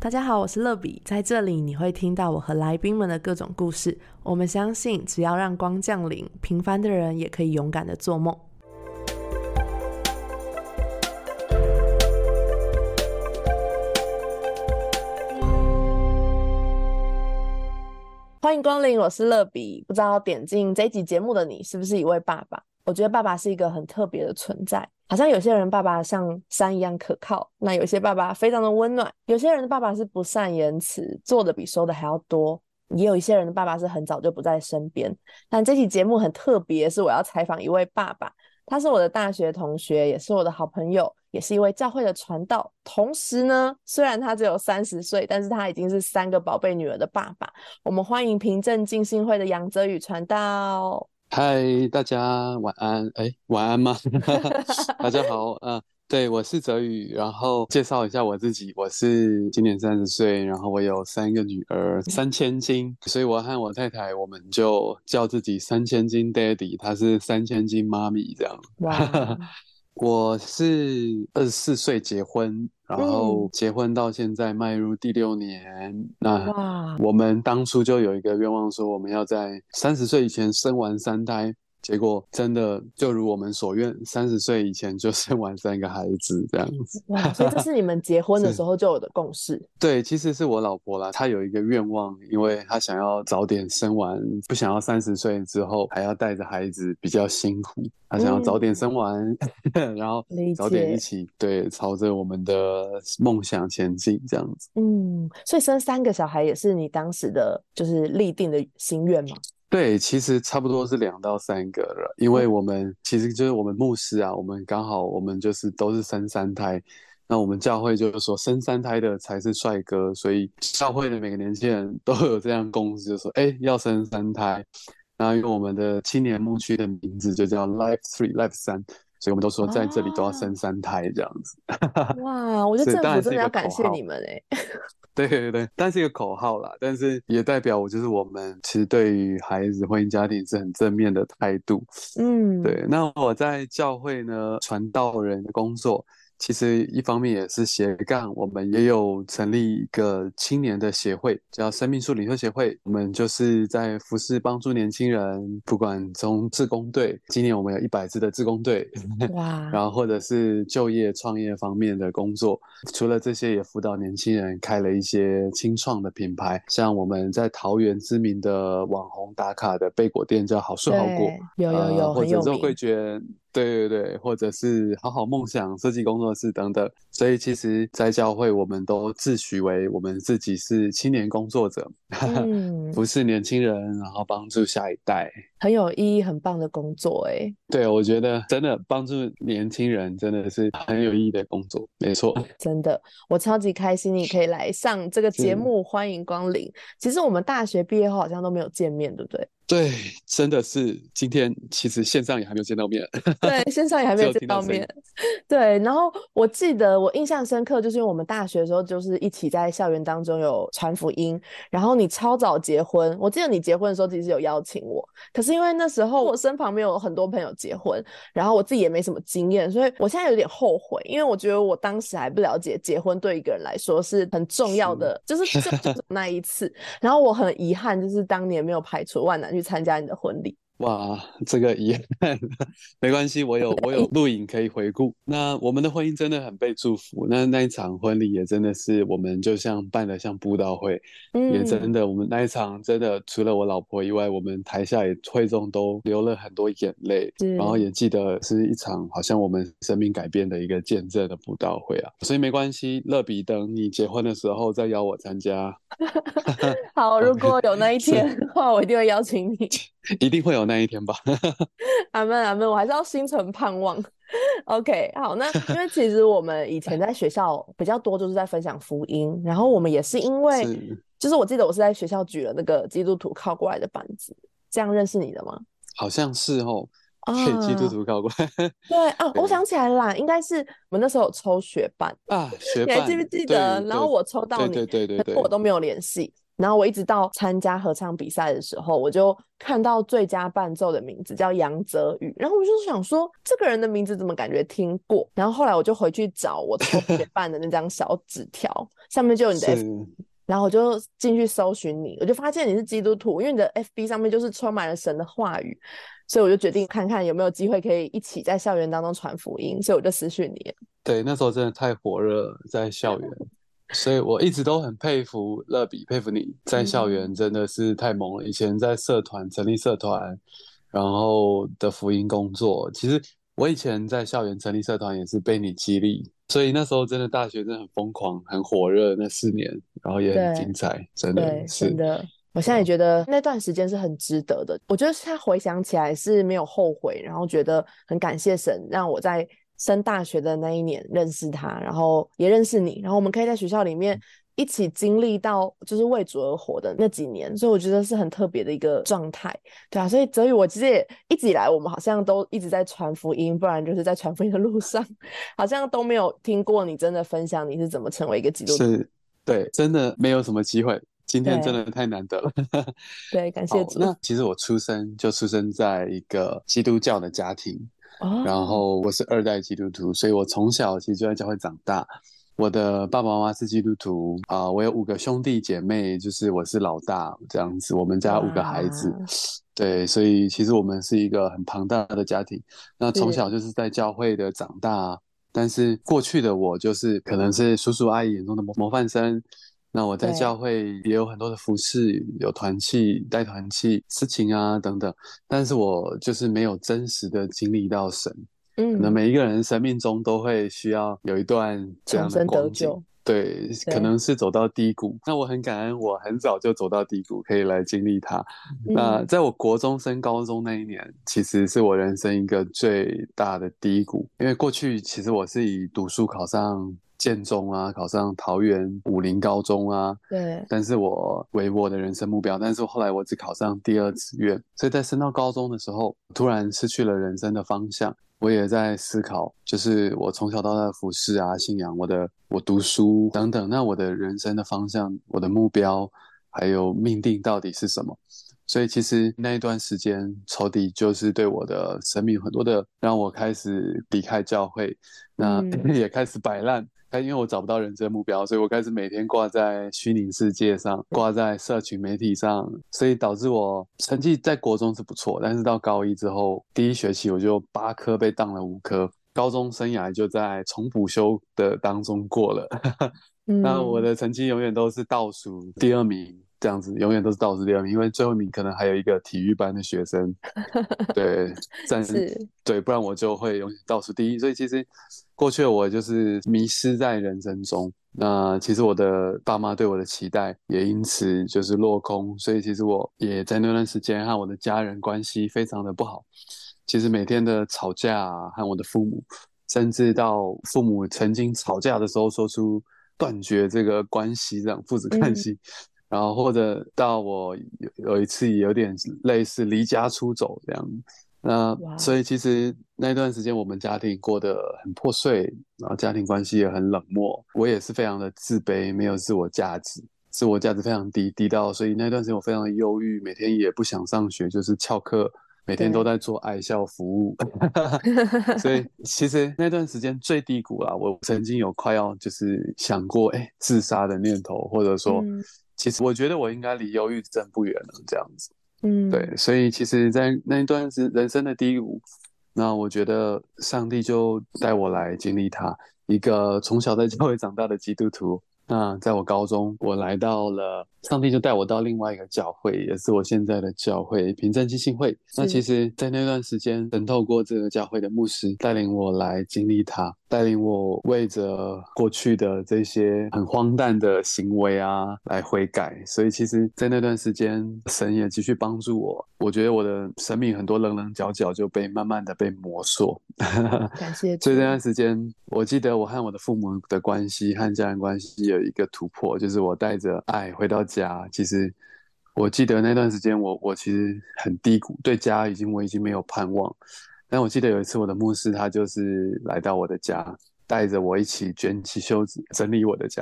大家好，我是乐比，在这里你会听到我和来宾们的各种故事。我们相信，只要让光降临，平凡的人也可以勇敢的做梦。欢迎光临，我是乐比。不知道点进这一集节目的你是不是一位爸爸？我觉得爸爸是一个很特别的存在，好像有些人爸爸像山一样可靠，那有些爸爸非常的温暖，有些人的爸爸是不善言辞，做的比说的还要多，也有一些人的爸爸是很早就不在身边。但这期节目很特别，是我要采访一位爸爸，他是我的大学同学，也是我的好朋友，也是一位教会的传道。同时呢，虽然他只有30岁，但是他已经是3个宝贝女儿的爸爸。我们欢迎平镇浸信会的杨泽宇传道。 嗨，大家晚安。晚安吗？大家好。对，我是泽宇。然后介绍一下我自己，我是今年30岁，然后我有3个女儿，3000斤，所以我和我太太我们就叫自己3000斤 Daddy，她是3000斤妈咪这样。 哇我是24岁结婚，然后结婚到现在迈入第6年。那哇， 我们当初就有一个愿望，说我们要在30岁以前生完3胎。结果真的就如我们所愿，30岁以前就生完3个孩子这样子。 哇，所以这是你们结婚的是， 时候就有的共识。 对，其实是我老婆啦，她有一个愿望，因为她想要早点生完，不想要30岁之后还要带着孩子比较辛苦，她想要早点生完，然后理早点一解。 起对朝着我们的梦想前进这样子。 所以生3个小孩也是你当时的就是立定的心愿吗？ 对，其实差不多是2到3个了，因为我们其实就是我们牧师啊，我们刚好我们就是都是生3胎，那我们教会就是说生3胎的才是帅哥，所以教会的每个年轻人都有这样共识，就说要生3胎，然后因为我们的青年牧区的名字就叫 Life Three Life 3，所以我们都说在这里都要生啊， 3胎这样子。 哇，我觉得是， 政府当然是一个真的要感口号。 谢你们对对对，但是一个口号啦，但是也代表就是我们其实对于孩子、婚姻家庭是很正面的态度。 嗯， 对，那我在教会呢，传道人的工作，其实一方面也是斜杠，我们也有成立一个青年的协会，叫生命树领袖协会。我们就是在服侍帮助年轻人，不管从志工队，今年我们有100支的志工队，然哇， 后或者是就业创业方面的工作。除了这些，也辅导年轻人开了一些青创的品牌，像我们在桃园知名的网红打卡的贝果店叫好树好果， 对，有， 或者肉桂很有名。 卷，对对对，或者是好好梦想设计工作室等等。所以其实，在教会我们都自诩为我们自己是青年工作者， 嗯， 服侍年轻人，然后帮助下一代。 很有意义，很棒的工作对，我觉得真的帮助年轻人真的是很有意义的工作，没错。 真的，我超级开心你可以来上这个节是， 目，欢迎光临。其实我们大学毕业后好像都没有见面，对不对？ 对，真的是今天其实线上也还没有见到面， 对，线上也还没只有有听到声音。 见到面。对，然后我记得我印象深刻，就是因为我们大学的时候就是一起在校园当中有传福音，然后你超早结婚，我记得你结婚的时候其实有邀请我，可是因为那时候我身旁没有很多朋友结婚，然后我自己也没什么经验，所以我现在有点后悔，因为我觉得我当时还不了解结婚对一个人来说是很重要是， 的，就是那一次，然后我很遗憾，就是当年没有排除万难去参加你的婚礼。 哇，这个遗憾没关系，我有录影可以回顾。那我们的婚姻真的很被祝福，那一场婚礼也真的是我们就像办的像布道会，也真嗯， 的我们那一场真的除了我老婆以外，我们台下也会众都流了很多眼泪，然后是。 也记得是一场好像我们生命改变的一个见证的布道会啊。所以没关系，乐比等你结婚的时候再邀我参加。 好，如果有那一是， 天的话，我一定会邀请你。 一定会有那一天吧？ 阿门阿门，我还是要心存盼望。OK，好，那因为其实我们以前在学校比较多，就是在分享福音，然后我们也是因为， 是， 就是我记得我是在学校举了那个基督徒靠过来的板子，这样认识你的吗？ 好像是哦。对，基督啊， 徒考过来。 对啊，我对想起来了啦，应该是我们那时候有抽学伴， 啊，学伴， 你还记不记得？然后对对我抽到你， 对对对对对。 可是我都没有联系。 然后我一直到参加合唱比赛的时候，我就看到最佳伴奏的名字叫杨泽宇，然后我就想说这个人的名字怎么感觉听过，然后后来我就回去找我同学办的那张小纸条，上面就有你的是然后我就进去搜寻你，我就发现你是基督徒，因为你的 FB 上面就是充满了神的话语，所以我就决定看看有没有机会可以一起在校园当中传福音，所以我就私讯你了。 对，那时候真的太火热了，在校园，所以我一直都很佩服乐比，佩服你在校园真的是太猛了。以前在社团成立社团，然后的福音工作，其实我以前在校园成立社团也是被你激励，所以那时候真的大学真的很疯狂，很火热那4年，然后也很对精彩，真的对，真是。 的，我现在也觉得那段时间是很值得的。我觉得现在回想起来是没有后悔，然后觉得很感谢神，让我在升大学的那一年认识他，然后也认识你，然后我们可以在学校里面一起经历到就是为主而活的那几年，所以我觉得是很特别的一个状态。对啊，所以泽宇，我其实也一直以来我们好像都一直在传福音，不然就是在传福音的路上，好像都没有听过你真的分享你是怎么成为一个基督徒。 是，对，真的没有什么机会，今天真对的太难得了。 对，感谢好， 主。 那其实我出生在一个基督教的家庭，然哦， 后我是2代基督徒，所以我从小其实就在教会长大。我的爸爸妈妈是基督徒我有5个兄弟姐妹，就是我是老大这样子，我们家5个孩子， 哇， 对，所以其实我们是一个很庞大的家庭。那从小是， 就是在教会的长大，但是过去的我就是可能是叔叔阿姨眼中的模范生。那我在教对， 会也有很多的服饰，有团契、带团契、司琴啊等等，但是我就是没有真实的经历到神。可能嗯， 每一个人生命中都会需要有一段这样的重生得光景， 救， 对，可对， 能是走到低谷。那我很感恩，我很早就走到低谷，可以来经历它。那嗯， 在我国中升高中那一年，其实是我人生一个最大的低谷，因为过去其实我是以读书考上建中啊，考上桃园武林高中啊， 对， 但是我为我的人生目标，但是后来我只考上第2志愿，所以在升到高中的时候，突然失去了人生的方向。我也在思考，就是我从小到大的服饰啊、信仰、我读书等等，那我的人生的方向、我的目标还有命定到底是什么？所以其实那一段时间，仇敌就是对我的生命很多的，让我开始离开教会，那嗯， 也开始摆烂。因为我找不到人生目标，所以我开始每天挂在虚拟世界上，挂在社群媒体上，所以导致我成绩在国中是不错，但是到高一之后，第一学期我就8科被当了5科，高中生涯就在重补修的当中过了。那我嗯， 的成绩永远都是倒数第2名，这样子永远都是倒数第2名，因为最后一名可能还有一个体育班的学生，对， 是， 对，不然我就会永远倒数第一。所以其实过去的我就是迷失在人生中。那其实我的爸妈对我的期待也因此就是落空，所以其实我也在那段时间和我的家人关系非常的不好。其实每天的吵架啊，和我的父母，甚至到父母曾经吵架的时候说出断绝这个关系，这样父子关嗯， 系。然后或者到我有一次有点类似离家出走这样，那所哇， 以其实那段时间我们家庭过得很破碎，然后家庭关系也很冷漠，我也是非常的自卑，没有自我价值，自我价值非常低，低到所以那段时间我非常的忧郁，每天也不想上学，就是翘课，每天都对， 在做爱校服务。所以其实那段时间最低谷啊，我曾经有快要就是想过自杀的念头，或者说， 嗯其实我觉得我应该离忧郁症不远了，这样子。对， 嗯， 所以其实，在那一段是人生的低谷，那我觉得上帝就带我来经历它，一个从小在教会长大的基督徒。那在我高中，我来到了，上帝就带我到另外一个教会，也是我现在的教会平镇基信会。那其是， 实，在那段时间，神透过这个教会的牧师带领我来经历它，带领我为着过去的这些很荒诞的行为啊来悔改。所以，其实，在那段时间，神也继续帮助我。我觉得我的生命很多棱棱角角就被慢慢的被磨塑。 感谢所以这段主， 时间，我记得我和我的父母的关系和家人关系有一个突破，就是我带着爱回到家。其实我记得那段时间我其实很低谷，对家我已经没有盼望。但我记得有一次我的牧师他就是来到我的家，带着我一起卷起袖子整理我的家。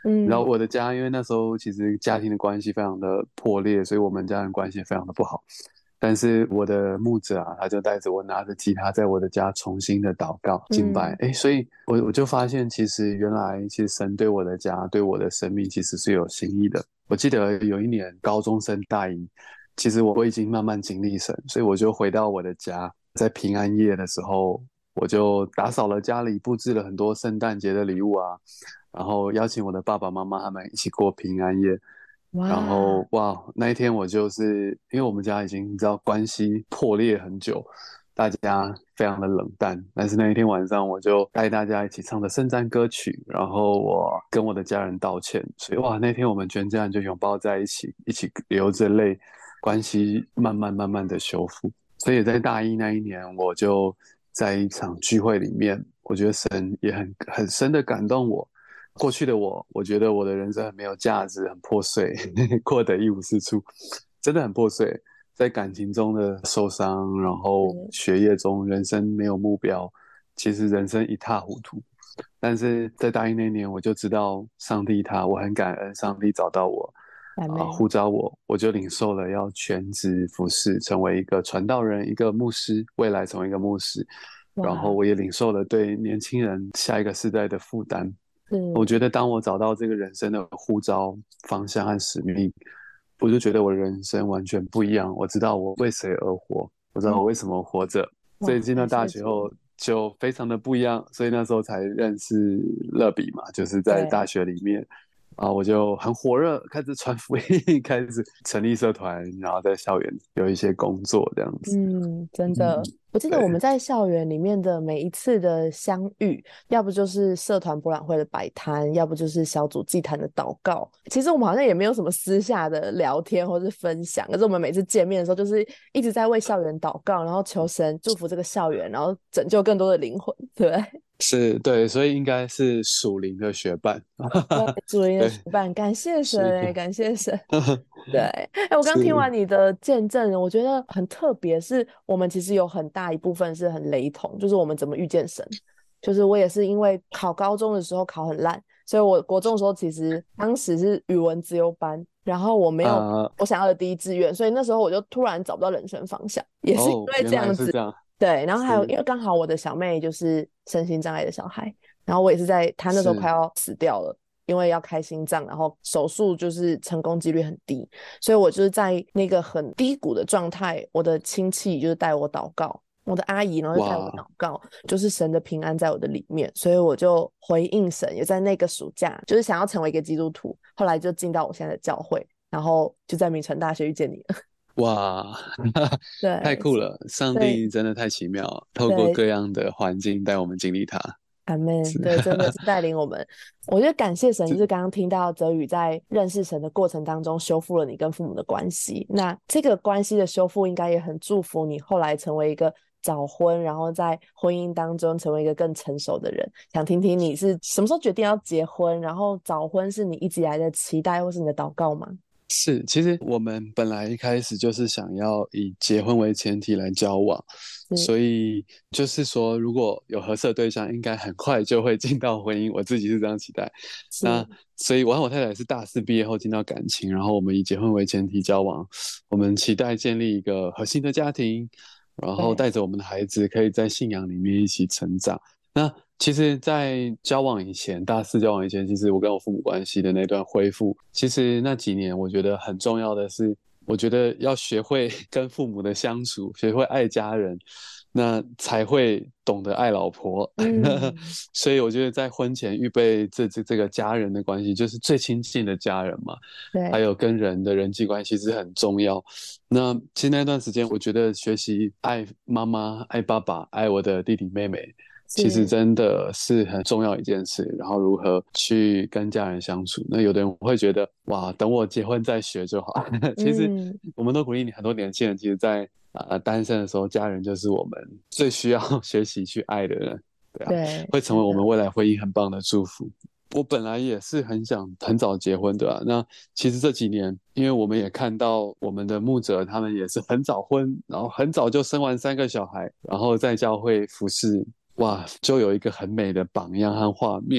你知道嗯， 我的家，因为那时候其实家庭的关系非常的破裂，所以我们家人关系也非常的不好。但是我的牧者啊，他就带着我拿着吉他，在我的家重新的祷告敬拜。 嗯， 哎，所以我就发现，其实原来其实神对我的家，对我的生命，其实是有心意的。我记得有一年高中升大一，其实我已经慢慢经历神，所以我就回到我的家，在平安夜的时候，我就打扫了家里，布置了很多圣诞节的礼物啊，然后邀请我的爸爸妈妈他们一起过平安夜。然哇， 后哇，那一天我就是因为我们家已经你知道关系破裂很久，大家非常的冷淡。但是那一天晚上，我就带大家一起唱的圣诞歌曲，然后我跟我的家人道歉。所以哇，那天我们全家人就拥抱在一起，一起流着泪，关系慢慢的修复。所以在大一那一年，我就在一场聚会里面，我觉得神也很深的感动我。过去的我，我觉得我的人生很没有价值，很破碎，过得一无是处，真的很破碎。在感情中的受伤，然后嗯学业中人生没有目标，其实人生一塌糊涂。但是在大一那年，我就知道上帝我很感恩上帝找到我， 妹， 呼召我，我就领受了要全职服侍，成为一个传道人，一个牧师，未来成为一个牧师。然后哇， 我也领受了对年轻人下一个世代的负担。我是， 觉得当我找到这个人生的呼召方向和使命，我就觉得我的人生完全不一样。我知道我为谁而活，我知道嗯， 我为什么活着。所以哇， 进到感大学后谢主， 就非常的不一样，所以那时候才认识乐比嘛，就是在对。 大学里面。我就很火热，开始传福音，开始成立社团，然后在校园有一些工作这样子。 嗯，真嗯， 的，我记得对， 我们在校园里面的每一次的相遇，要不就是社团博览会的摆摊，要不就是小组祭坛的祷告。其实我们好像也没有什么私下的聊天或是分享，可是我们每次见面的时候，就是一直在为校园祷告，然后求神祝福这个校园，然后拯救更多的灵魂，对不对？ 是，对，所以应该是属灵的学伴。 对，主灵的对， 陪伴，感谢神是， 欸，感谢神。对，哎，我刚听是完你的见证，我觉得很特别，是我们其实有很大一部分是很雷同，就是我们怎么遇见神。就是我也是因为考高中的时候考很烂，所以我国中的时候其实当时是语文资优班，然后我没有啊， 我想要的第一志愿，所以那时候我就突然找不到人生方向，也是因哦， 为原这样子。 来是这样， 对，然后还有是因为刚好我的小妹就是身心障碍的小孩，然后我也是在她那时候快是， 要死掉了。因为要开心脏，然后手术就是成功几率很低，所以我就是在那个很低谷的状态，我的亲戚就是带我祷告，我的阿姨然后就带我祷哇， 告，就是神的平安在我的里面，所以我就回应神，也在那个暑假就是想要成为一个基督徒，后来就进到我现在的教会，然后就在名城大学遇见你了。 哇，太对， 酷了！上对帝真的太奇妙了，透过对， 各样的环境带我们经历它。 阿妹， 是， 对，真的是带领我们。我觉得感谢神，就是是刚刚听到泽宇在认识神的过程当中，修复了你跟父母的关系。那这个关系的修复，应该也很祝福你后来成为一个早婚，然后在婚姻当中成为一个更成熟的人。想听听你是什么时候决定要结婚，然后早婚是你一直以来的期待，或是你的祷告吗？ 是，其实我们本来一开始就是想要以结婚为前提来交往， 是， 所以就是说，如果有合适的对象，应该很快就会进到婚姻。我自己是这样期待。 是， 那所以我和我太太是大四毕业后进到感情，然后我们以结婚为前提交往，我们期待建立一个核心的家庭，然后对， 带着我们的孩子可以在信仰里面一起成长。那其实，在交往以前，大四交往以前，其实我跟我父母关系的那段恢复，其实那几年我觉得很重要的是，我觉得要学会跟父母的相处，学会爱家人，那才会懂得爱老婆。 嗯， 所以我觉得在婚前预备这个家人的关系，就是最亲近的家人嘛，还对， 有跟人的人际关系是很重要。那其实那段时间，我觉得学习爱妈妈、爱爸爸、爱我的弟弟妹妹。其实是， 真的是很重要一件事，然后如何去跟家人相处。那有的人会觉得，哇，等我结婚再学就好。其实嗯， 我们都鼓励你，很多年轻人其实在单身的时候，家人就是我们最需要学习去爱的人，对啊， 对， 会成为我们真的， 未来婚姻很棒的祝福。我本来也是很想很早结婚的啊。那其实这几年，因为我们也看到我们的牧者他们也是很早婚，然后很早就生完3个小孩，然后在教会服侍，哇，就有一个很美的榜样和画面。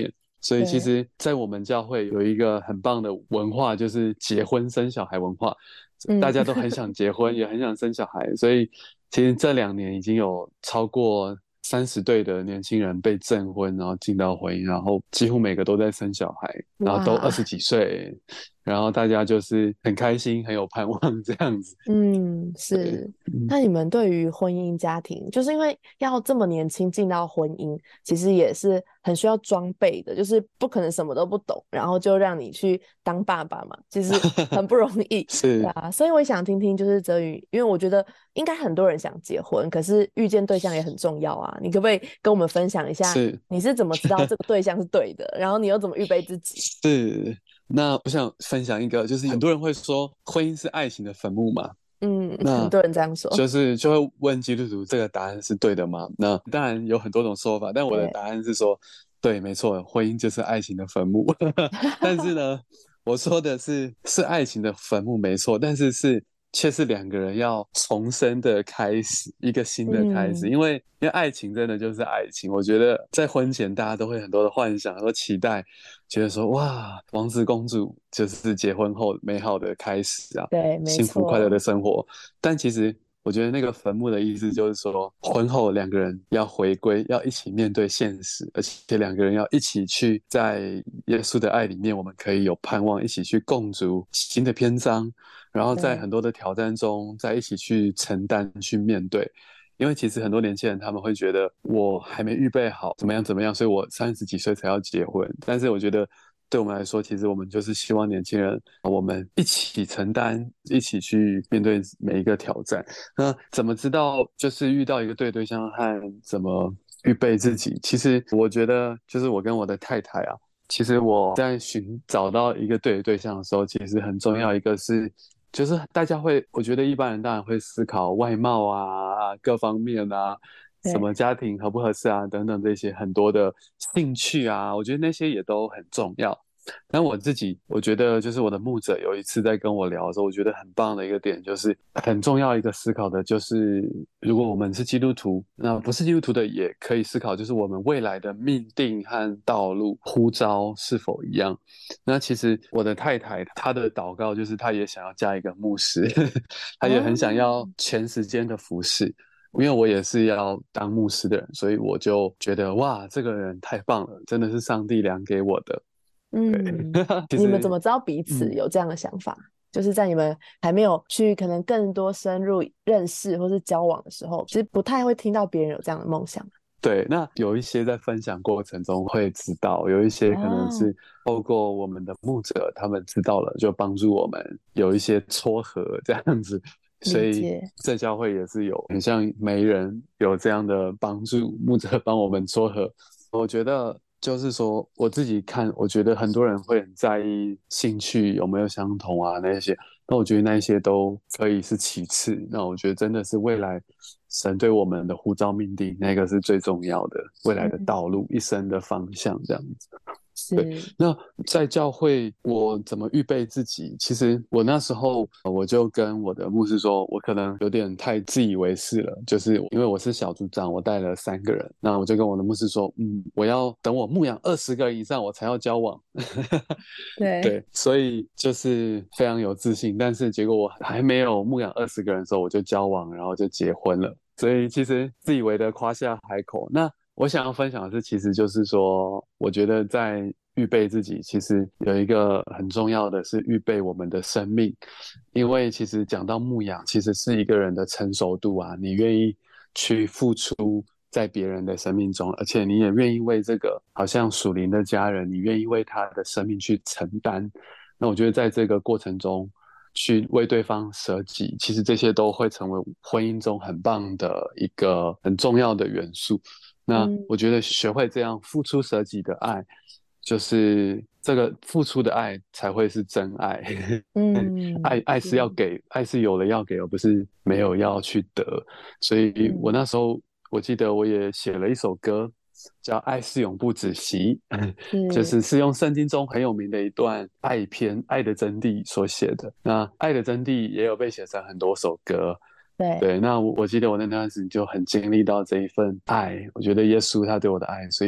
所以其对， 实在我们教会有一个很棒的文化，就是结婚生小孩文化，大嗯， 家都很想结婚，也很想生小孩，所以其实这2年已经有超过30对的年轻人被证婚，然后进到婚姻，然后几乎每个都在生小孩，然后都哇， 20几岁，然后大家就是很开心，很有盼望这样子。 嗯， 对， 是。 嗯， 那你们对于婚姻家庭，就是因为要这么年轻进到婚姻，其实也是很需要装备的，就是不可能什么都不懂，然后就让你去当爸爸嘛，其实很不容易。对是啊，所以我也想听听，就是泽宇，因为我觉得应该很多人想结婚，可是遇见对象也很重要啊。你可不可以跟我们分享一下， 是你是怎么知道这个对象是对的，然后你又怎么预备自己？ 是。那我想分享一个，就是很多人会说婚姻是爱情的坟墓嘛， 嗯，很那多人这样说。 就会问基督徒这个答案是对的吗？那当然有很多种说法，但我的对， 答案是说，对，没错，婚姻就是爱情的坟墓。但是呢，我说的是爱情的坟墓没错，但是却是两个人要重生的开始，一个新的开始。 嗯， 因为爱情真的就是爱情，我觉得在婚前大家都会很多的幻想，很多期待，觉得说哇，王子公主就是结婚后美好的开始啊， 对，没幸福快乐的错。 生活。但其实我觉得那个坟墓的意思就是说，婚后两个人要回归，要一起面对现实，而且两个人要一起去在耶稣的爱里面，我们可以有盼望，一起去共筑新的篇章，然后在对， 很多的挑战中，再一起去承担、去面对。因为其实很多年轻人他们会觉得我还没预备好，怎么样怎么样，所以我30几岁才要结婚。但是我觉得对我们来说，其实我们就是希望年轻人我们一起承担，一起去面对每一个挑战。那怎么知道就是遇到一个对象和怎么预备自己？其实我觉得就是我跟我的太太啊。其实我在找到一个对的对象的时候，其实很重要一个是，就是大家会，我觉得一般人当然会思考外貌啊、各方面啊、什对， 么家庭合不合适啊等等这些很多的兴趣啊，我觉得那些也都很重要。但我自己，我觉得就是我的牧者有一次在跟我聊的时候，我觉得很棒的一个点，就是很重要一个思考的，就是如果我们是基督徒，那不是基督徒的也可以思考，就是我们未来的命定和道路呼召是否一样。那其实我的太太她的祷告就是她也想要嫁一个牧师，她也很想哦， 要全时间的服侍。因为我也是要当牧师的人，所以我就觉得哇，这个人太棒了，真的是上帝量给我的。对， 嗯， 其实， 你们怎么知道彼此嗯， 有这样的想法？就是在你们还没有去可能更多深入认识或是交往的时候，其实不太会听到别人有这样的梦想。 对，那有一些在分享过程中会知道，有一些可能哦， 是透过我们的牧者，他们知道了，就帮助我们有一些撮合这样子，所以理解。 在教会也是有很像媒人有这样的帮助，牧者帮我们撮合。我觉得就是说，我自己看，我觉得很多人会很在意兴趣有没有相同啊那些，那我觉得那一些都可以是其次。那我觉得真的是未来神对我们的呼召命定，那个是最重要的，未来的嗯， 道路、一生的方向这样子。对， 是， 那在教会我怎么预备自己？其实我那时候我就跟我的牧师说，我可能有点太自以为是了，就是因为我是小组长，我带了3个人，那我就跟我的牧师说，我要等我牧养20个人以上，我才要交往。 对， 对，所以就是非常有自信，但是结果我还没有牧养20个人的时候，我就交往，然后就结婚了。所以其实自以为的夸下海口。那我想要分享的是，其实就是说，我觉得在预备自己，其实有一个很重要的是预备我们的生命，因为其实讲到牧养，其实是一个人的成熟度啊，你愿意去付出在别人的生命中，而且你也愿意为这个好像属灵的家人，你愿意为他的生命去承担。那我觉得在这个过程中，去为对方舍己，其实这些都会成为婚姻中很棒的一个很重要的元素。那嗯我觉得学会这样付出舍己的爱，就是这个付出的爱才会是真爱。 嗯， 爱是要给，爱是有了要给，而不是没有要去得。所以我嗯， 那时候我记得我也写了一首歌，叫《爱是永不止息》， 是， 就是用圣经中很有名的一段爱篇《爱的真谛》所写的。那《爱的真谛》也有被写成很多首歌。 对， 对，那我记得我那段时间就很经历到这一份爱，我觉得耶稣他对我的爱，所以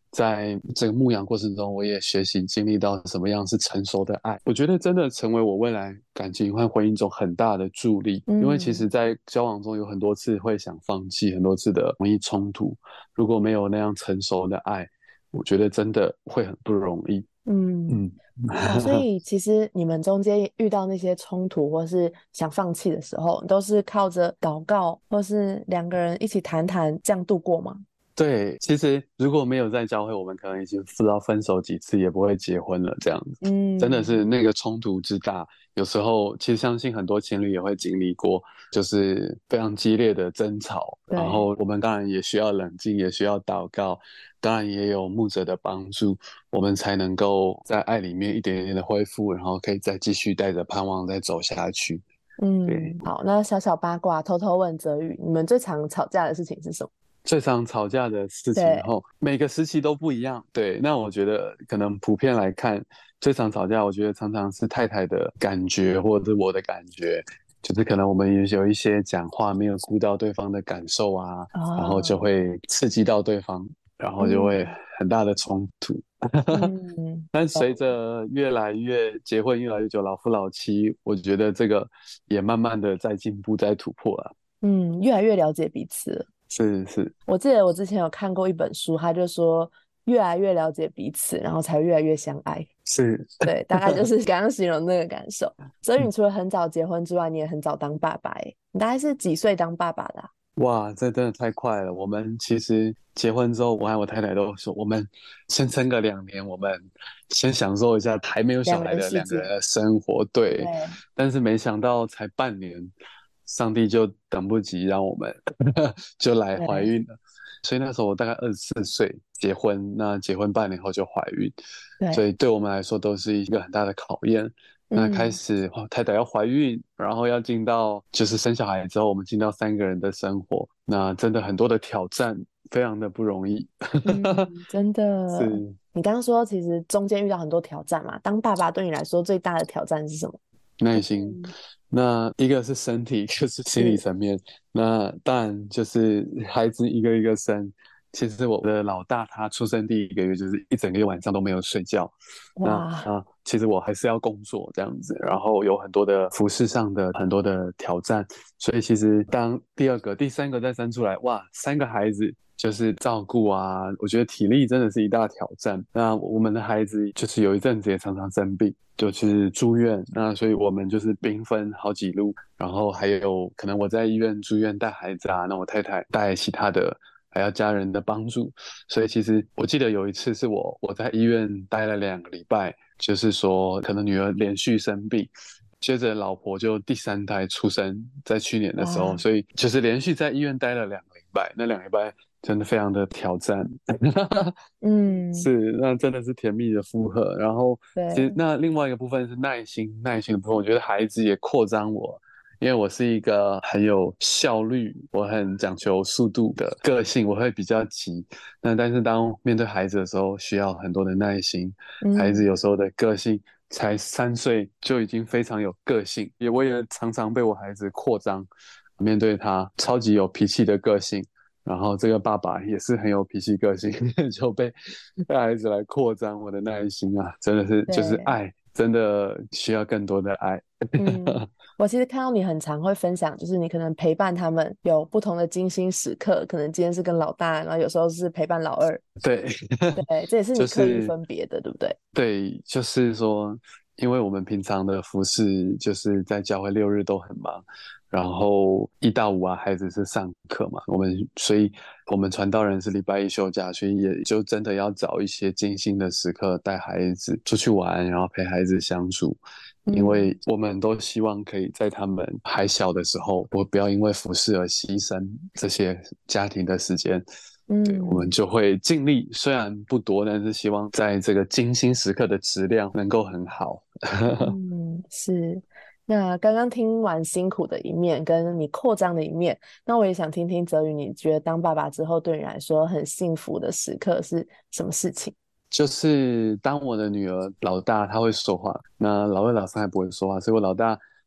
在这个牧养过程中，我也学习经历到什么样是成熟的爱。我觉得真的成为我未来感情和婚姻中很大的助力。因为其嗯实，在交往中有很多次会想放弃，很多次的容易冲突。如果没有那样成熟的爱，我觉得真的会很不容易。 嗯。 嗯， 哇，所以其实你们中间遇到那些冲突或是想放弃的时候，都是靠着祷告或是两个人一起谈谈这样度过吗？ 对，其实如果没有在教会，我们可能已经不知道分手几次，也不会结婚了。这样子，真的嗯， 是那个冲突之大。有时候，其实相信很多情侣也会经历过，就是非常激烈的争吵。然对， 后我们当然也需要冷静，也需要祷告，当然也有牧者的帮助，我们才能够在爱里面一点点的恢复，然后可以再继续带着盼望再走下去。对。 嗯，好，那小小八卦，偷偷问泽宇，你们最常吵架的事情是什么？ 最常吵架的事情对， 后，每个时期都不一样。对，那我觉得可能普遍来看，最常吵架，我觉得常常是太太的感觉，或者是我的感觉，就是可能我们有一些讲话没有顾到对方的感受啊，然后就啊， 会刺激到对方，然后就会嗯很大的冲突。 嗯， 但随懂， 着越来越结婚越来越久，老夫老妻，我觉得这个也慢慢的在进步，在突破了。 嗯，越来越了解彼此了。 是是我记得我之前有看过一本书，他就说越来越了解彼此，然后才越来越相爱。 是。 对，大概就是刚刚形容那个感受。所以你除了很早结婚之外，你也很早当爸爸诶。你大概是几岁当爸爸的啊？ 哇，这真的太快了！我们其实结婚之后，我和我太太都说，我们先撑个2年，我们先享受一下还没有小孩两人的两个人世界。 的生活。对， 对， 但是没想到才半年，上帝就等不及让我们就来怀对， 孕了。所以那时候我大概24岁结婚，那结婚半年后就怀孕，所对， 以对我们来说都是一个很大的考验。那开嗯始太太要怀孕，然后要进到就是生小孩之后，我们进到3个人的生活，那真的很多的挑战，非常的不容易。 嗯，真的。 是你刚刚说，其实中间遇到很多挑战嘛，当爸爸对你来说最大的挑战是什么？ 耐心。 嗯， 那一个是身体，一个是心理是， 层面。那当然就是孩子一个一个生。其实我的老大他出生第1个月就是一整个晚上都没有睡觉。那哇， 其实我还是要工作这样子，然后有很多的服饰上的很多的挑战。所以其实当第2个、第3个再生出来，哇，3个孩子就是照顾啊，我觉得体力真的是一大挑战。那我们的孩子就是有一阵子也常常生病，就是住院，那所以我们就是兵分好几路，然后还有可能我在医院住院带孩子啊，那我太太带其他的，还要家人的帮助。所以其实我记得有一次是我在医院待了2个礼拜，就是说可能女儿连续生病。接着老婆就第3胎出生，在去年的时候， 哇， 所以就是连续在医院待了2个礼拜，那2个礼拜真的非常的挑战。 嗯， 是，那真的是甜蜜的负荷。然后，其实对， 那另外一个部分是耐心，耐心的部分，我觉得孩子也扩张我，因为我是一个很有效率，我很讲求速度的个性，我会比较急。那但是当面对孩子的时候，需要很多的耐心。孩子嗯有时候的个性才3岁就已经非常有个性，我也常常被我孩子扩张，面对他超级有脾气的个性。然后这个爸爸也是很有脾气个性，就被孩子来扩张我的耐心啊，真的是就是对。 爱，真的需要更多的爱。 嗯，我其实看到你很常会分享，就是你可能陪伴他们有不同的精心时刻，可能今天是跟老大，然后有时候是陪伴老二， 对， 对，这也是你刻意就是分别的，对不对？ 对，就是说，因为我们平常的服饰就是在教会6日都很忙，然后1到5啊，孩子是上课嘛，所以我们传道人是礼拜1休假，所以也就真的要找一些精心的时刻带孩子出去玩，然后陪孩子相处，因嗯为我们都希望可以在他们还小的时候，我不要因为服饰而牺牲这些家庭的时间。对，我们嗯就会尽力，虽然不多，但是希望在这个精心时刻的质量能够很好。 嗯，是。那刚刚听完辛苦的一面，跟你扩张的一面，那我也想听听泽宇，你觉得当爸爸之后对你来说很幸福的时刻是什么事情？ 就是当我的女儿老大她会说话，那老二老三还不会说话，所以我老大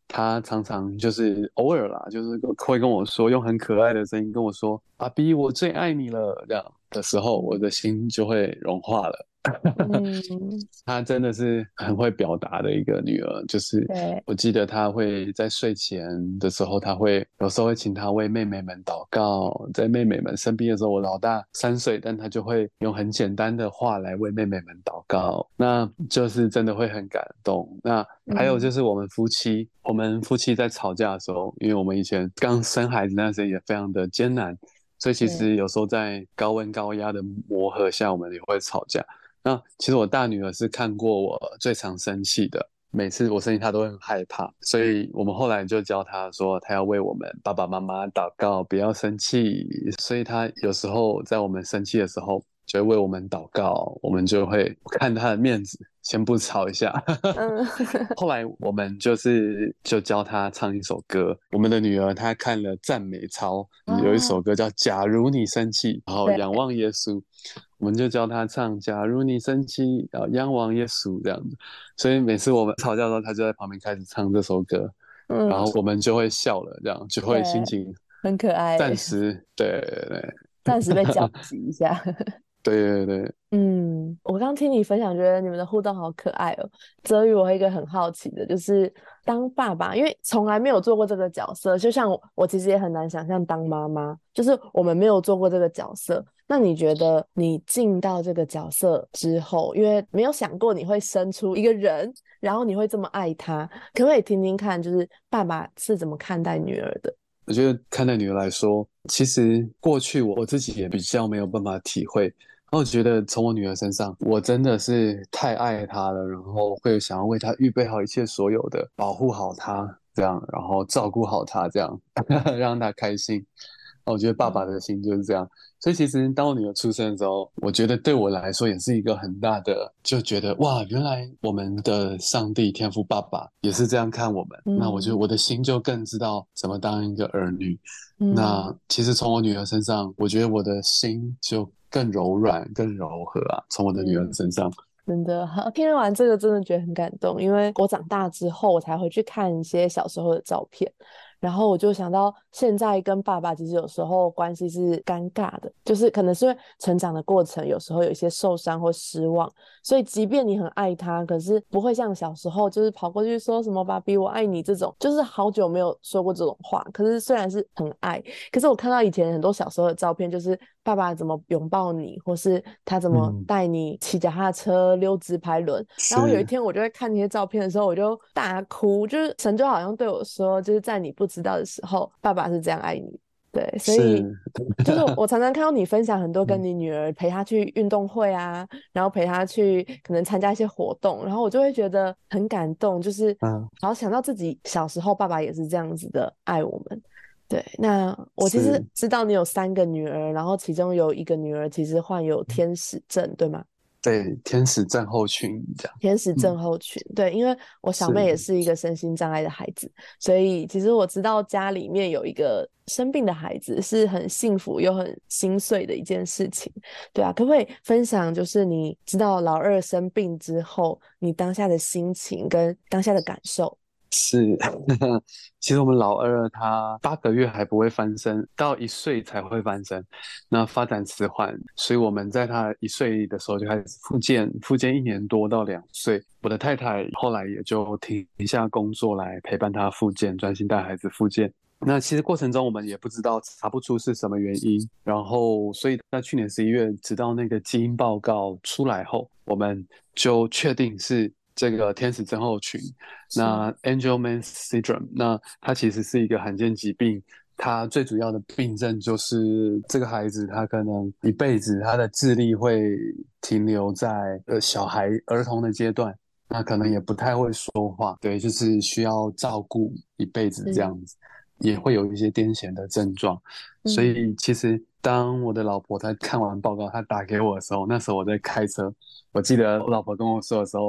他常常就是偶尔啦，就是会跟我说，用很可爱的声音跟我说："爸比，我最爱你了。"这样的时候，我的心就会融化了。 嗯， 她真的是很会表达的一个女儿，就是对， 我记得她会在睡前的时候，她会有时候会请她为妹妹们祷告，在妹妹们生病的时候，我老大3岁，但她就会用很简单的话来为妹妹们祷告，那就是真的会很感动。那还有就嗯， 是我们夫妻在吵架的时候，因为我们以前刚生孩子那时候也非常的艰难，所以其对， 实有时候在高温高压的磨合下，我们也会吵架。那其实我大女儿是看过我最常生气的，每次我生气她都会很害怕，所以我们后来就教她说，她要为我们爸爸妈妈祷告，不要生气。所以她有时候在我们生气的时候，就会为我们祷告，我们就会看她的面子，先不吵一下。 嗯， 后来我们就教她唱一首歌，我们的女儿她看了赞美操，有一首啊， 歌叫《假如你生气》，然后仰对， 望耶稣。我们就教她唱“假如你生气，要仰望耶稣”这样子。所以每次我们吵架的时候，她就在旁边开始唱这首歌，然嗯， 后我们就会笑了，这样就会心对， 情很可爱， 暂时对对暂时被叫急一下。 对对对， 嗯，我刚听你分享，觉得你们的互动好可爱哦。泽宇，我有一个很好奇的，就是当爸爸，因为从来没有做过这个角色，就像我其实也很难想象当妈妈，就是我们没有做过这个角色。那你觉得你进到这个角色之后，因为没有想过你会生出一个人，然后你会这么爱他，可不可以听听看，就是爸爸是怎么看待女儿的？ 我觉得看待女儿来说，其实过去我自己也比较没有办法体会。然后我觉得从我女儿身上，我真的是太爱她了，然后会想要为她预备好一切所有的，保护好她，这样，然后照顾好她，这样让她开心。我觉得爸爸的心就是这样，所以其实当我女儿出生的时候，我觉得对我来说也是一个很大的，就觉得哇，原来我们的上帝天父爸爸也是这样看我们。那我觉得嗯我的心就更知道怎么当一个儿女。 嗯。 那其实从我女儿身上，我觉得我的心就更柔软、更柔和啊。从我的女儿嗯， 身上， 真的，好，听完这个真的觉得很感动，因为我长大之后，我才回去看一些小时候的照片，然后我就想到现在跟爸爸其实有时候关系是尴尬的，就是可能是因为成长的过程，有时候有一些受伤或失望，所以即便你很爱他，可是不会像小时候就是跑过去说什么"爸比我爱你"这种，就是好久没有说过这种话，可是虽然是很爱。可是我看到以前很多小时候的照片，就是爸爸怎么拥抱你，或是他怎么嗯， 带你骑脚踏车、溜直排轮。然后有一是天我就会看那些照片的时候，我就大哭，就是神就好像对我说，就是在你不知道的时候，爸爸是这样爱你。对，所以是， 就是我常常看到你分享很多跟嗯你女儿陪她去运动会啊，然后陪她去可能参加一些活动，然后我就会觉得很感动，就是嗯好想到自己小时候爸爸也是这样子的爱我们。对，那我其实是， 知道你有3个女儿，然后其中有一个女儿其实患有天使症，对吗？ 对，天使症候群这样， 天使嗯， 症候群，对，因为我小妹也是。 是一个身心障碍的孩子，所以其实我知道家里面有一个生病的孩子是很幸福又很心碎的一件事情，对啊，可不可以分享就是你知道老二生病之后，你当下的心情跟当下的感受？ 是，其实我们老二他8个月还不会翻身，到1岁才会翻身，那发展迟缓，所以我们在他1岁的时候就开始复健，复健1年多到2岁。我的太太后来也就停下工作来陪伴他复健，专心带孩子复健。那其实过程中我们也不知道查不出是什么原因，然后所以在去年11月，直到那个基因报告出来后，我们就确定是这个天使症候群。 是， 那 Angelman syndrome，那它其实是一个罕见疾病，它最主要的病症就是这个孩子他可能一辈子他的智力会停留在小孩儿童的阶段，那可能也不太会说话，对，就是需要照顾一辈子这嗯样子，也会有一些癫痫的症状，所嗯以其实当我的老婆她看完报告，她打给我的时候，那时候我在开车，我记得我老婆跟我说的时候。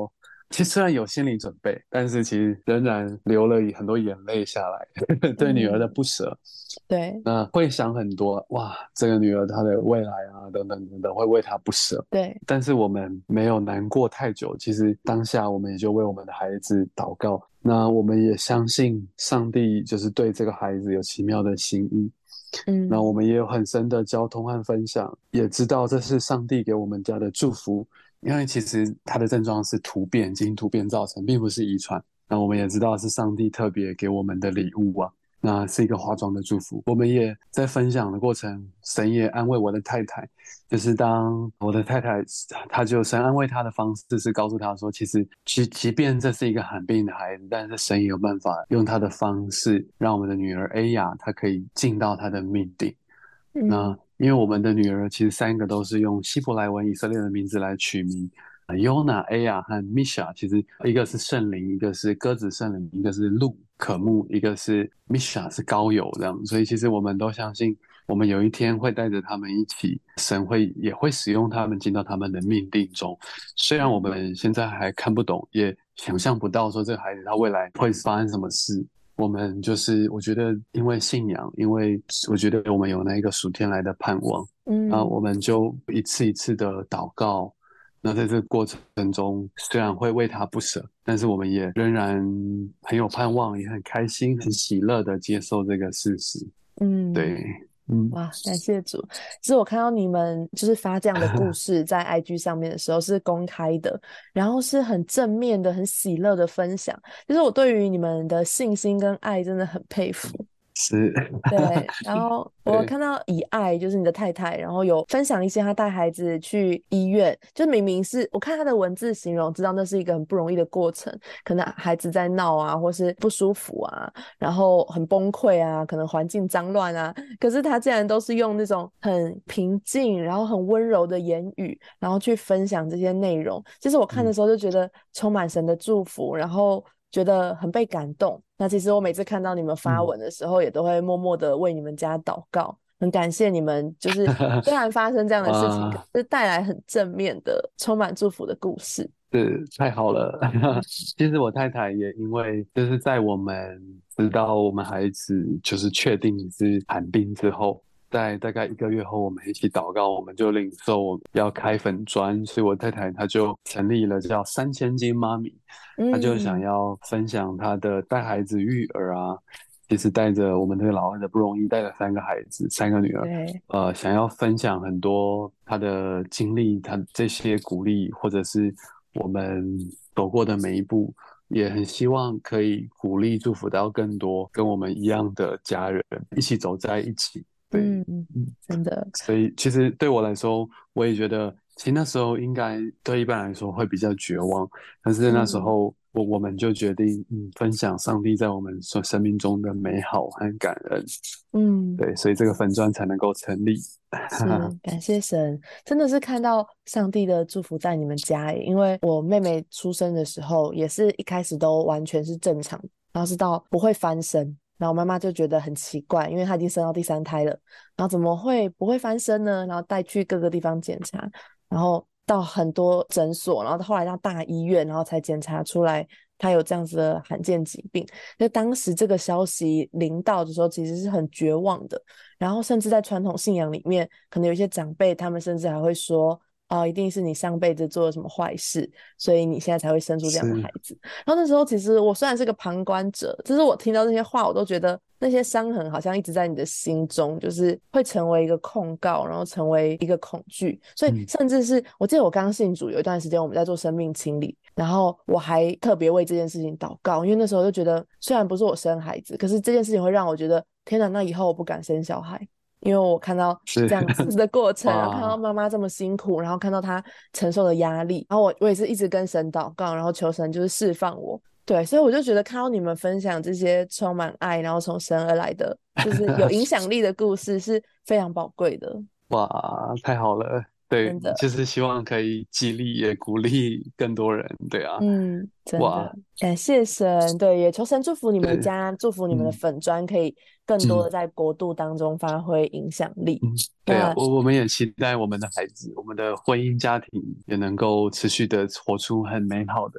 其实虽然有心理准备，但是其实仍然流了很多眼泪下来，对女儿的嗯， 不舍。 对那会想很多，哇，这个女儿她的未来啊，等等等等，会为她不舍。 对， 但是我们没有难过太久，其实当下我们也就为我们的孩子祷告。那我们也相信上帝就是对这个孩子有奇妙的心意。那我嗯们也有很深的交通和分享，也知道这是上帝给我们家的祝福。因为其实他的症状是突变，基因突变造成，并不是遗传。那我们也知道是上帝特别给我们的礼物啊。那是一个化妆的祝福。我们也在分享的过程，神也安慰我的太太，就是当我的太太，她就神安慰她的方式是告诉她说，其实即便这是一个罕病的孩子，但是神也有办法用他的方式，让我们的女儿 A 雅她可以进到她的命定。那嗯因为我们的女儿其实三个都是用希伯来文以色列的名字来取名。尤娜、a 亚和 Misha，其实一个是圣灵，一个是鸽子圣灵，一个是鹿可木，一个是 Misha 是高友这样。所以其实我们都相信，我们有一天会带着他们一起，神也会使用他们进到他们的命定中。虽然我们现在还看不懂，也想象不到说这个孩子他未来会发生什么事，我们就是我觉得因为信仰，因为我觉得我们有那一个属天来的盼望，我嗯们就一次一次的祷告。那在这个过程中，虽然会为他不舍，但是我们也仍然很有盼望，也很开心、很喜乐的接受这个事实。 嗯。 对，嗯， 哇，感谢主！其实我看到你们就是发这样的故事在 IG 上面的时候是公开的，然后是很正面的、很喜乐的分享。其实我对于你们的信心跟爱真的很佩服。 是， 对，然后我对， 看到以爱就是你的太太，然后有分享一些她带孩子去医院，就明明是我看她的文字形容，知道那是一个很不容易的过程，可能孩子在闹啊，或是不舒服啊，然后很崩溃啊，可能环境脏乱啊，可是她竟然都是用那种很平静，然后很温柔的言语，然后去分享这些内容。其实我看的嗯， 时候就觉得充满神的祝福，然后觉得很被感动。那其实我每次看到你们发嗯， 文的时候，也都会默默的为你们家祷告，很感谢你们，就是虽然发生这样的事情，可哇， 是带来很正面的、充满祝福的故事。 是太好了。其实我太太也因为就是在我们知道我们孩子就是确定是罕病之后，在大概1个月后，我们一起祷告，我们就领受要开粉专，所以我太太她就成立了叫3000斤妈咪，她就想嗯， 要分享她的带孩子育儿啊。其实带着我们这个老二的不容易，带着3个孩子，3个女儿， 对， 想要分享很多她的经历，她这些鼓励，或者是我们走过的每一步，也很希望可以鼓励、祝福到更多跟我们一样的家人，一起走在一起。对， 嗯， 嗯， 真的， 所以其实对我来说，我也觉得，其实那时候应该对一般来说会比较绝望，但是那时嗯候我们就决定，分享上帝在我们生命中的美好和感恩。 嗯。 对，所以这个粉砖才能够成立。 是，感谢神，真的是看到上帝的祝福在你们家耶。因为我妹妹出生的时候，也是一开始都完全是正常，然后是到不会翻身，然后妈妈就觉得很奇怪，因为她已经生到第3胎了，然后怎么会不会翻身呢？然后带去各个地方检查，然后到很多诊所，然后后来到大医院，然后才检查出来她有这样子的罕见疾病。就当时这个消息临到的时候，其实是很绝望的。然后甚至在传统信仰里面，可能有一些长辈，他们甚至还会说，哦，一定是你上辈子做了什么坏事，所以你现在才会生出这样的是， 孩子。然后那时候其实我虽然是个旁观者，就是我听到这些话，我都觉得那些伤痕好像一直在你的心中，就是会成为一个控告，然后成为一个恐惧。所以嗯， 甚至是我记得我刚信主有一段时间我们在做生命清理，然后我还特别为这件事情祷告，因为那时候就觉得虽然不是我生孩子，可是这件事情会让我觉得天哪，那以后我不敢生小孩。因为我看到是， 这样子的过程，然后看到哇， 妈妈这么辛苦，然后看到她承受的压力，然后我也是一直跟神祷告，然后求神就是释放我。对，所以我就觉得看到你们分享这些充满爱，然后从神而来的，就是有影响力的故事，是非常宝贵的， 哇，太好了。对， 真的。 就是希望可以激励也鼓励更多人。对啊， 嗯，真的， 哇， 感谢神，对，也求神祝福你们是， 家，祝福你们的嗯粉砖可以更多的嗯。 在国度当中发挥影响力。 嗯，对啊， 那我们也期待我们的孩子，我们的婚姻家庭也能够持续的活出很美好的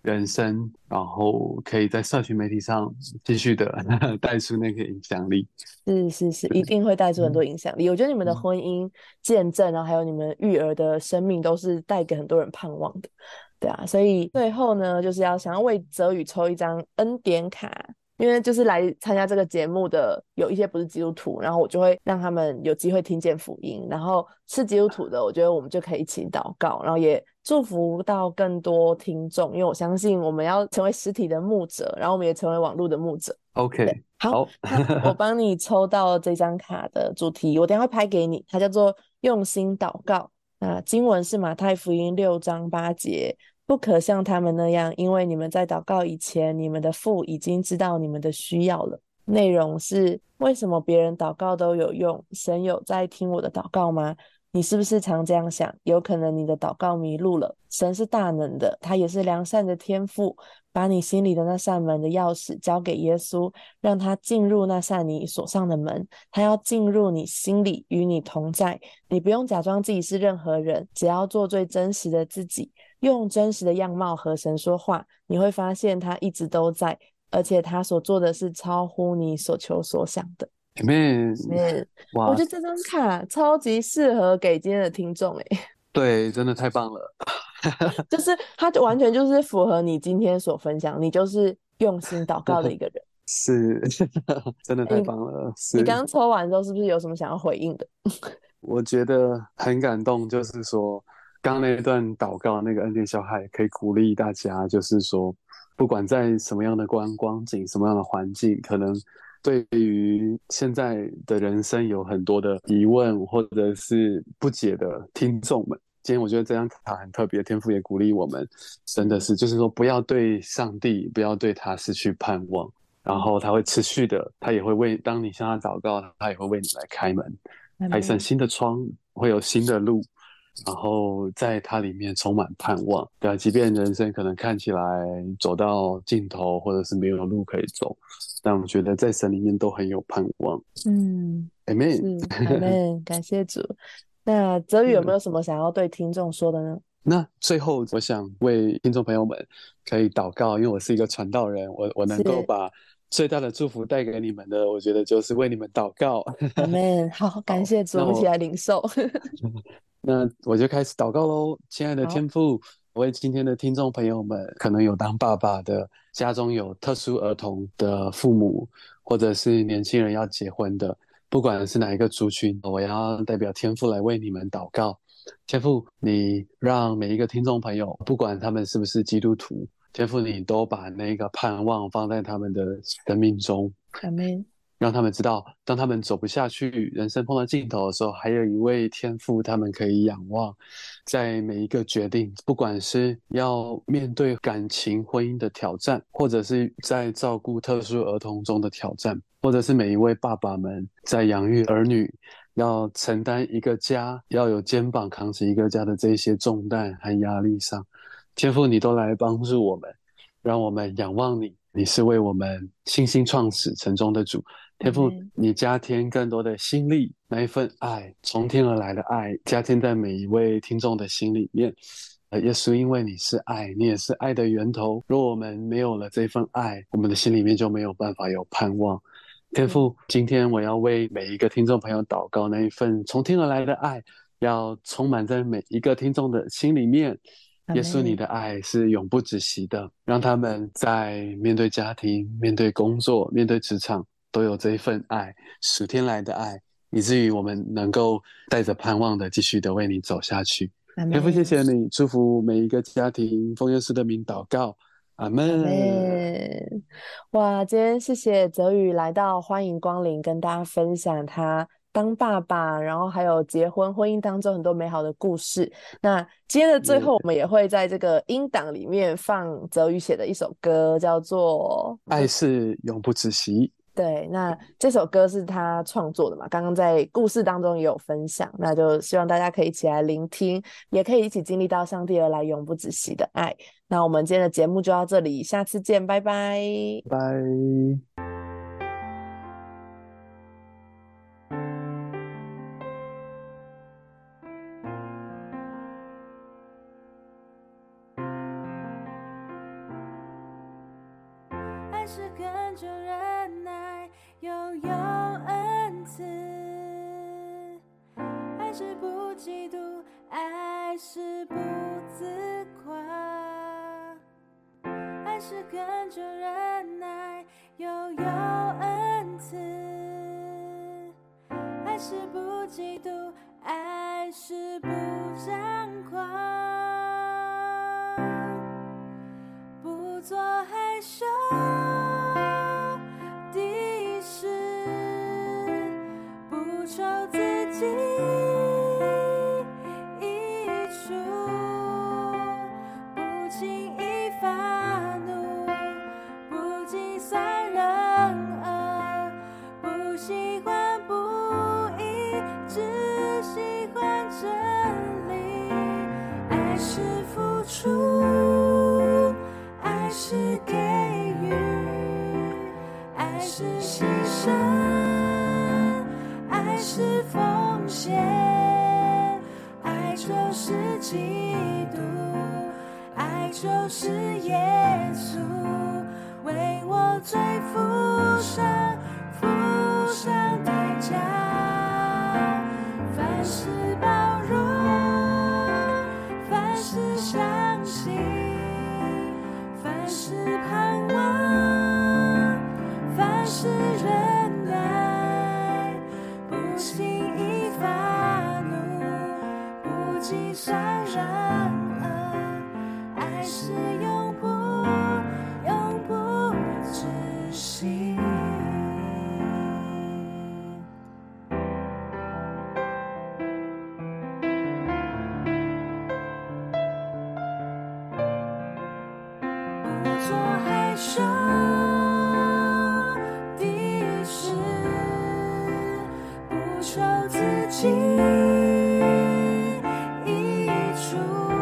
人生，然后可以在社群媒体上继续的带出那个影响力。 是是是，一定会带出很多嗯影响力。我觉得你们的嗯， 婚姻见证，然后还有你们育儿的生命，都是带给很多人盼望的，对啊。所以最后呢，就是想要为泽宇抽一张恩典卡，因为就是来参加这个节目的有一些不是基督徒，然后我就会让他们有机会听见福音，然后是基督徒的，我觉得我们就可以一起祷告，然后也祝福到更多听众，因为我相信我们要成为实体的牧者，然后我们也成为网络的牧者。对， OK， 好， 好， 那我帮你抽到这张卡的主题，我等一下会拍给你，它叫做用心祷告。那经文是马太福音6章8节，不可像他们那样，因为你们在祷告以前，你们的父已经知道你们的需要了。内容是为什么别人祷告都有用，神有在听我的祷告吗？你是不是常这样想？有可能你的祷告迷路了。神是大能的，他也是良善的天父，把你心里的那扇门的钥匙交给耶稣，让他进入那扇你锁上的门。他要进入你心里，与你同在。你不用假装自己是任何人，只要做最真实的自己，用真实的样貌和神说话，你会发现他一直都在，而且他所做的是超乎你所求所想的。 Amen， 嗯，我哇， 觉得这张卡超级适合给今天的听众诶， 对，真的太棒了， 就是它完全就是符合你今天所分享，你就是用心祷告的一个人。 是，真的太你棒了，是。 你刚刚抽完之后，是不是有什么想要回应的？ 我觉得很感动，就是说，刚刚那一段祷告，那个恩典小孩可以鼓励大家，就是说，不管在什么样的光景、什么样的环境，可能对于现在的人生有很多的疑问或者是不解的听众们，今天我觉得这张卡很特别，天父也鼓励我们，真的是，就是说，不要对上帝，不要对他失去盼望。然嗯， 后他会持续的，他也会为，当你向他祷告，他也会为你来开门。开一扇阿妹， 新的窗，会有新的路，然后在它里面充满盼望。对啊，即便人生可能看起来走到尽头，或者是没有路可以走，但我觉得在神里面都很有盼望。 嗯，是 Amen。 阿妹，感谢主。那泽宇有没有什么想要对听众说的呢？ 那最后，我想为听众朋友们可以祷告，因为我是一个传道人，我能够是把最大的祝福带给你们的，我觉得就是为你们祷告。 阿妹，好，感好， 谢主，我们一起那我来领受。 那我就开始祷告喽，亲爱的好， 天父，我为今天的听众朋友们，可能有当爸爸的，家中有特殊儿童的父母，或者是年轻人要结婚的，不管是哪一个族群，我要代表天父来为你们祷告。天父，你让每一个听众朋友，不管他们是不是基督徒，天父你都把那个盼望放在他们的生命中， 阿妹， 让他们知道，当他们走不下去，人生碰到尽头的时候，还有一位天父，他们可以仰望。在每一个决定，不管是要面对感情、婚姻的挑战，或者是在照顾特殊儿童中的挑战，或者是每一位爸爸们在养育儿女，要承担一个家，要有肩膀扛起一个家的这些重担和压力上，天父，你都来帮助我们，让我们仰望你。你是为我们信心创始成终的主，天父， 阿妹， 你加添更多的心力，那一份爱，从天而来的爱，加添在每一位听众的心里面。耶稣，因为你是爱，你也是爱的源头。若我们没有了这份爱，我们的心里面就没有办法有盼望。天是父，今天我要为每一个听众朋友祷告，那一份从天而来的爱，要充满在每一个听众的心里面。耶稣，你阿妹， 的爱是永不止息的，让他们在面对家庭、面对工作、面对职场，都有这一份爱，属天来的爱，以至于我们能够带着盼望的继续的为你走下去。天父，谢阿妹。 谢你，祝福每一个家庭，奉耶稣的名祷告，阿阿门。 妹，哇！今天谢谢泽宇来到，欢迎光临，跟大家分享他当爸爸，然后还有结婚、婚姻当中很多美好的故事。那今天的最后，我们也会在这个音档里面放泽宇写的一首歌，叫做爱是永不止息。 对，那这首歌是他创作的嘛？刚刚在故事当中也有分享，那就希望大家可以一起来聆听，也可以一起经历到上帝而来永不止息的爱。那我们今天的节目就到这里，下次见，拜拜。 拜。 是恳求忍耐，拥有恩慈，爱是不嫉妒，爱是不自夸，爱是恳求忍耐，拥有恩慈，爱是不嫉妒，爱是不张狂，不做害羞的事，不求自己益处，不轻易发怒，不计算人恶，不喜欢不义，只喜欢真理。爱是付出，爱是给予，爱是牺牲，爱是奉献，爱就是基督，爱就是耶稣，为我罪付上代价，凡事包容，凡事相信，凡事盼望，凡事忍耐，不轻易发怒，不计算人恶，爱是永不止息。不做害羞的事，不求自己益处，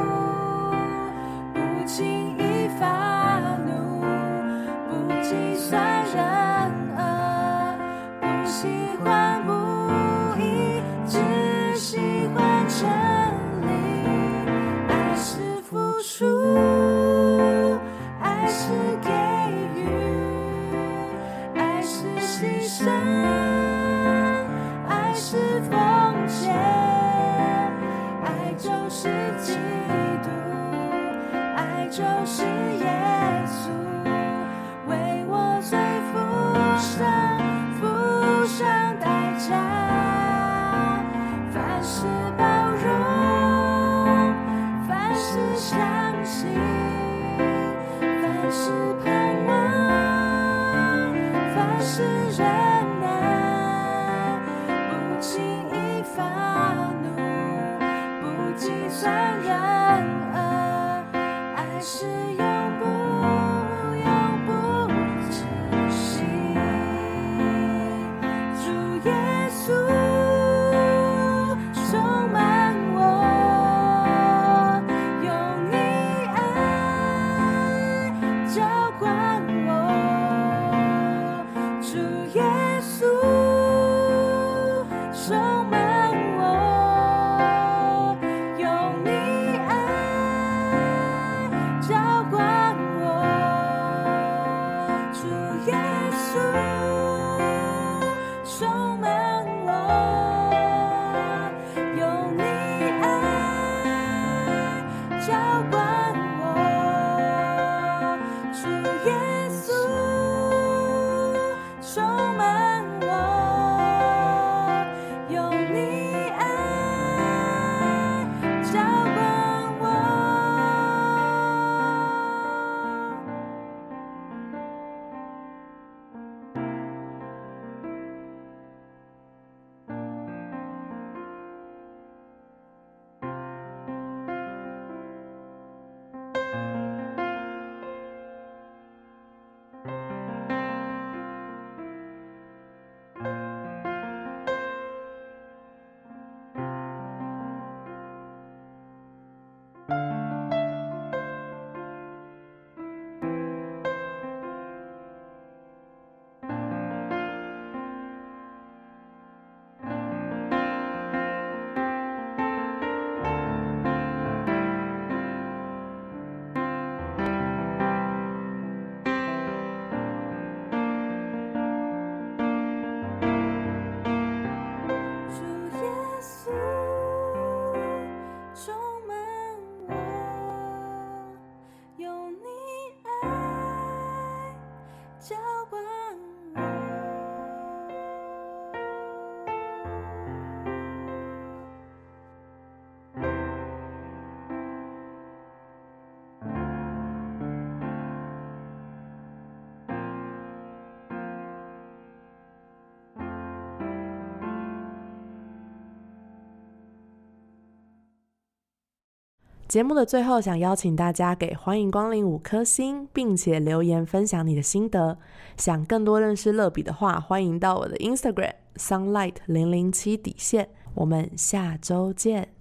不轻易发怒，不计算人恶，不喜欢不义，只喜欢真理。爱是付出，爱是给予，爱是牺牲，爱是奉献，爱就是基督，爱就是耶稣，为我罪付上代价，凡事包容，凡事相信，凡事盼望，凡事忍耐，不轻易发怒，不计算人恶，爱是永不止息。主耶稣充满我，用你爱浇灌我，主耶稣充满我，用你爱浇灌我，主耶稣充满我，用你爱浇灌我，主耶稣充满我，用你爱浇灌我。 节目的最后，想邀请大家给欢迎光临5颗星，并且留言分享你的心得。想更多认识乐比的话，欢迎到我的 Instagram sunlight007 底线。我们下周见。